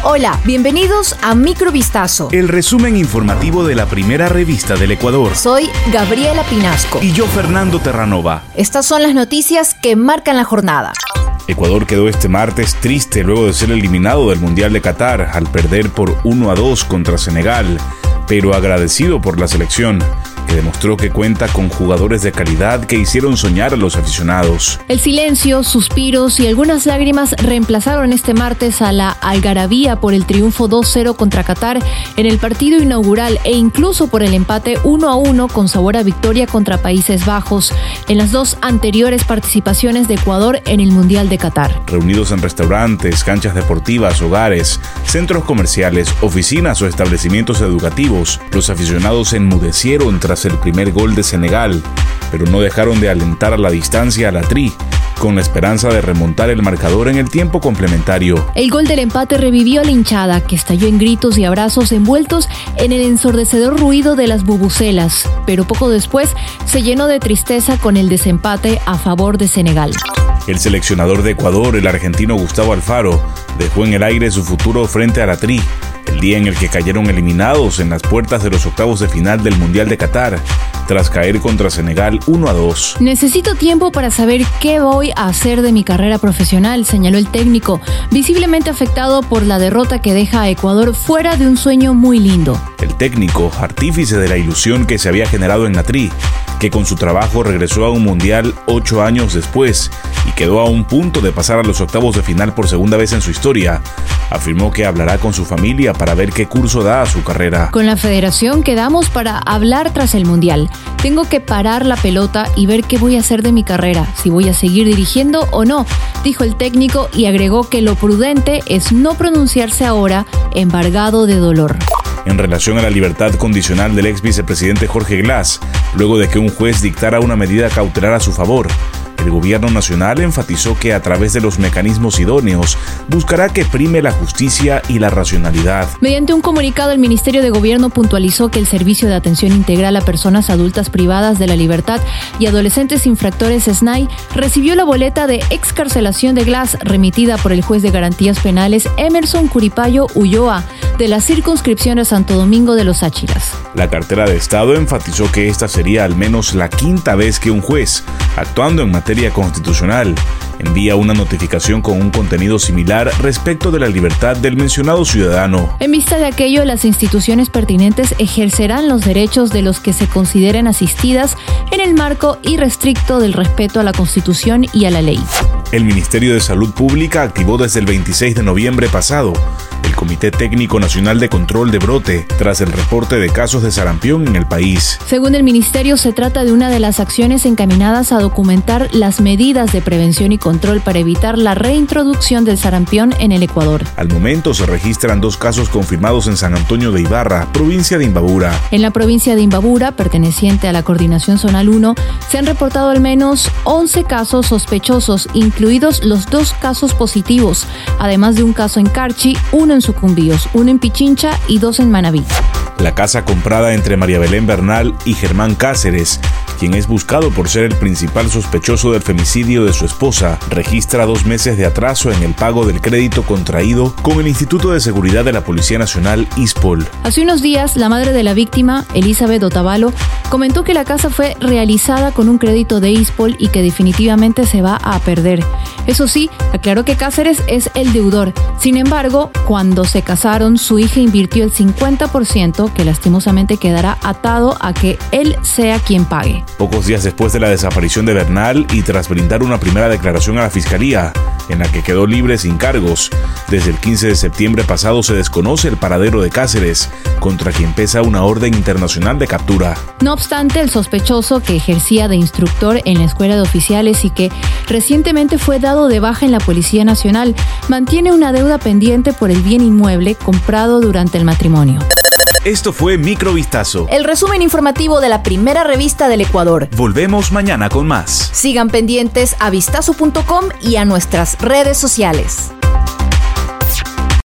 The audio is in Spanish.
Hola, bienvenidos a Microvistazo, el resumen informativo de la primera revista del Ecuador. Soy Gabriela Pinasco. Y yo, Fernando Terranova. Estas son las noticias que marcan la jornada. Ecuador quedó este martes triste luego de ser eliminado del Mundial de Qatar al perder por 1-2 contra Senegal, pero agradecido por la selección, que demostró que cuenta con jugadores de calidad que hicieron soñar a los aficionados. El silencio, suspiros y algunas lágrimas reemplazaron este martes a la algarabía por el triunfo 2-0 contra Qatar en el partido inaugural e incluso por el empate 1-1 con sabor a victoria contra Países Bajos en las dos anteriores participaciones de Ecuador en el Mundial de Qatar. Reunidos en restaurantes, canchas deportivas, hogares, centros comerciales, oficinas o establecimientos educativos, los aficionados se enmudecieron tras el primer gol de Senegal, pero no dejaron de alentar a la distancia a la Tri, con la esperanza de remontar el marcador en el tiempo complementario. El gol del empate revivió a la hinchada, que estalló en gritos y abrazos envueltos en el ensordecedor ruido de las bubucelas, pero poco después se llenó de tristeza con el desempate a favor de Senegal. El seleccionador de Ecuador, el argentino Gustavo Alfaro, dejó en el aire su futuro frente a la Tri, el día en el que cayeron eliminados en las puertas de los octavos de final del Mundial de Qatar, tras caer contra Senegal 1-2. Necesito tiempo para saber qué voy a hacer de mi carrera profesional, señaló el técnico, visiblemente afectado por la derrota que deja a Ecuador fuera de un sueño muy lindo. El técnico, artífice de la ilusión que se había generado en la Tri, que con su trabajo regresó a un Mundial 8 años después y quedó a un punto de pasar a los octavos de final por segunda vez en su historia, afirmó que hablará con su familia para ver qué curso da a su carrera. Con la federación quedamos para hablar tras el Mundial. Tengo que parar la pelota y ver qué voy a hacer de mi carrera, si voy a seguir dirigiendo o no, dijo el técnico y agregó que lo prudente es no pronunciarse ahora, embargado de dolor. En relación a la libertad condicional del ex vicepresidente Jorge Glass, luego de que un juez dictara una medida cautelar a su favor, el gobierno nacional enfatizó que a través de los mecanismos idóneos buscará que prime la justicia y la racionalidad. Mediante un comunicado, el Ministerio de Gobierno puntualizó que el Servicio de Atención Integral a Personas Adultas Privadas de la Libertad y Adolescentes Infractores SNAI recibió la boleta de excarcelación de Glass remitida por el juez de garantías penales Emerson Curipayo Ulloa de la circunscripción de Santo Domingo de los Áchiras. La cartera de Estado enfatizó que esta sería al menos la quinta vez que un juez, actuando en materia constitucional, envía una notificación con un contenido similar respecto de la libertad del mencionado ciudadano. En vista de aquello, las instituciones pertinentes ejercerán los derechos de los que se consideren asistidas en el marco irrestricto del respeto a la Constitución y a la ley. El Ministerio de Salud Pública activó desde el 26 de noviembre pasado el Comité Técnico Nacional de Control de Brote tras el reporte de casos de sarampión en el país. Según el ministerio, se trata de una de las acciones encaminadas a documentar las medidas de prevención y control para evitar la reintroducción del sarampión en el Ecuador. Al momento se registran 2 casos confirmados en San Antonio de Ibarra, provincia de Imbabura. En la provincia de Imbabura, perteneciente a la Coordinación Zonal 1, se han reportado al menos 11 casos sospechosos, incluidos los 2 casos positivos, además de un caso en Carchi, 1 en Sucumbíos, 1 en Pichincha y 2 en Manabí. La casa comprada entre María Belén Bernal y Germán Cáceres, quien es buscado por ser el principal sospechoso del femicidio de su esposa, registra 2 meses de atraso en el pago del crédito contraído con el Instituto de Seguridad de la Policía Nacional, ISPOL. Hace unos días, la madre de la víctima, Elizabeth Otavalo, comentó que la casa fue realizada con un crédito de ISPOL y que definitivamente se va a perder. Eso sí, aclaró que Cáceres es el deudor. Sin embargo, cuando se casaron, su hija invirtió el 50%, que lastimosamente quedará atado a que él sea quien pague. Pocos días después de la desaparición de Bernal y tras brindar una primera declaración a la Fiscalía, en la que quedó libre sin cargos, desde el 15 de septiembre pasado se desconoce el paradero de Cáceres, contra quien pesa una orden internacional de captura. No obstante, el sospechoso, que ejercía de instructor en la Escuela de Oficiales y que recientemente fue dado de baja en la Policía Nacional, mantiene una deuda pendiente por el bien inmueble comprado durante el matrimonio. Esto fue Microvistazo, el resumen informativo de la primera revista del Ecuador. Volvemos mañana con más. Sigan pendientes a vistazo.com y a nuestras redes sociales.